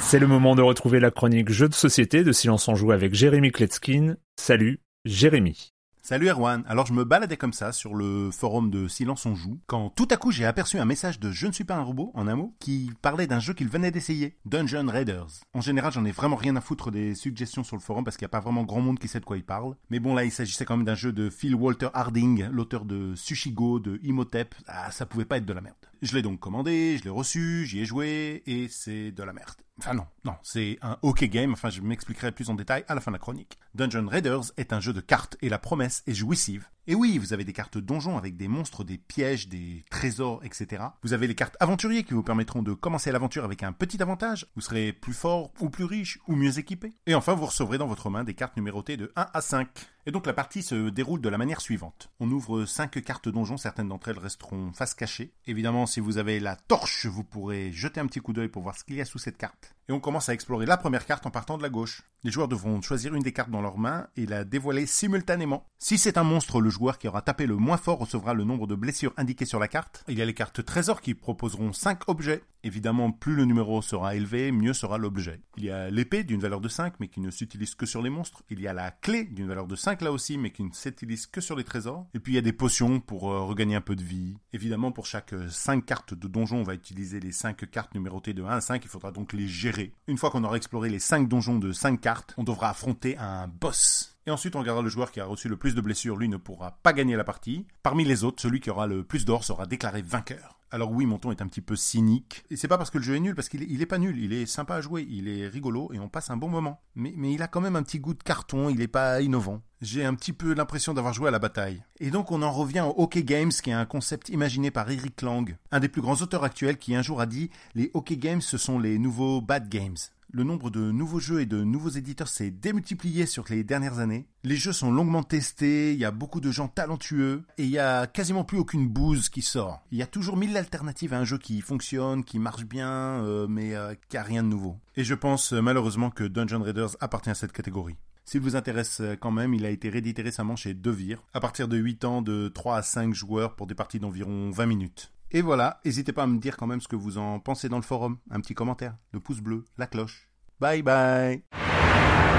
C'est le moment de retrouver la chronique Jeux de société de Silence on Joue avec Jérémy Kletskin. Salut, Jérémy. Salut Erwan, alors je me baladais comme ça sur le forum de Silence on Joue, quand tout à coup j'ai aperçu un message de Je ne suis pas un robot, en un mot, qui parlait d'un jeu qu'il venait d'essayer, Dungeon Raiders. En général j'en ai vraiment rien à foutre des suggestions sur le forum parce qu'il n'y a pas vraiment grand monde qui sait de quoi il parle. Mais bon là il s'agissait quand même d'un jeu de Phil Walter Harding, l'auteur de Sushigo, de Imhotep, ça pouvait pas être de la merde. Je l'ai donc commandé, je l'ai reçu, j'y ai joué, et c'est de la merde. Enfin non, c'est un OK game, enfin je m'expliquerai plus en détail à la fin de la chronique. Dungeon Raiders est un jeu de cartes et la promesse est jouissive. Et oui, vous avez des cartes donjons avec des monstres, des pièges, des trésors, etc. Vous avez les cartes aventuriers qui vous permettront de commencer l'aventure avec un petit avantage. Vous serez plus fort ou plus riche ou mieux équipé. Et enfin, vous recevrez dans votre main des cartes numérotées de 1 à 5. Et donc la partie se déroule de la manière suivante. On ouvre 5 cartes donjons, certaines d'entre elles resteront face cachée. Évidemment, si vous avez la torche, vous pourrez jeter un petit coup d'œil pour voir ce qu'il y a sous cette carte. Et on commence à explorer la première carte en partant de la gauche. Les joueurs devront choisir une des cartes dans leurs mains et la dévoiler simultanément. Si c'est un monstre, le joueur qui aura tapé le moins fort recevra le nombre de blessures indiquées sur la carte. Il y a les cartes trésors qui proposeront 5 objets. Évidemment, plus le numéro sera élevé, mieux sera l'objet. Il y a l'épée d'une valeur de 5, mais qui ne s'utilise que sur les monstres. Il y a la clé d'une valeur de 5 là aussi, mais qui ne s'utilise que sur les trésors. Et puis il y a des potions pour regagner un peu de vie. Évidemment, pour chaque 5 cartes de donjon, on va utiliser les 5 cartes numérotées de 1 à 5. Il faudra donc les gérer. Une fois qu'on aura exploré les 5 donjons de 5 cartes, on devra affronter un boss. Et ensuite, on regardera le joueur qui a reçu le plus de blessures. Lui ne pourra pas gagner la partie. Parmi les autres, celui qui aura le plus d'or sera déclaré vainqueur. Alors oui, mon ton est un petit peu cynique. Et c'est pas parce que le jeu est nul, parce qu'il est pas nul. Il est sympa à jouer, il est rigolo et on passe un bon moment. Mais il a quand même un petit goût de carton, il est pas innovant. J'ai un petit peu l'impression d'avoir joué à la bataille. Et donc on en revient au OK Games, qui est un concept imaginé par Eric Lang, un des plus grands auteurs actuels qui un jour a dit « Les OK Games, ce sont les nouveaux bad games ». Le nombre de nouveaux jeux et de nouveaux éditeurs s'est démultiplié sur les dernières années. Les jeux sont longuement testés, il y a beaucoup de gens talentueux, et il y a quasiment plus aucune bouse qui sort. Il y a toujours 1000 alternatives à un jeu qui fonctionne, qui marche bien, mais qui a rien de nouveau. Et je pense malheureusement que Dungeon Raiders appartient à cette catégorie. S'il vous intéresse quand même, il a été réédité récemment chez Devir, à partir de 8 ans, de 3 à 5 joueurs pour des parties d'environ 20 minutes. Et voilà, n'hésitez pas à me dire quand même ce que vous en pensez dans le forum. Un petit commentaire, le pouce bleu, la cloche. Bye bye.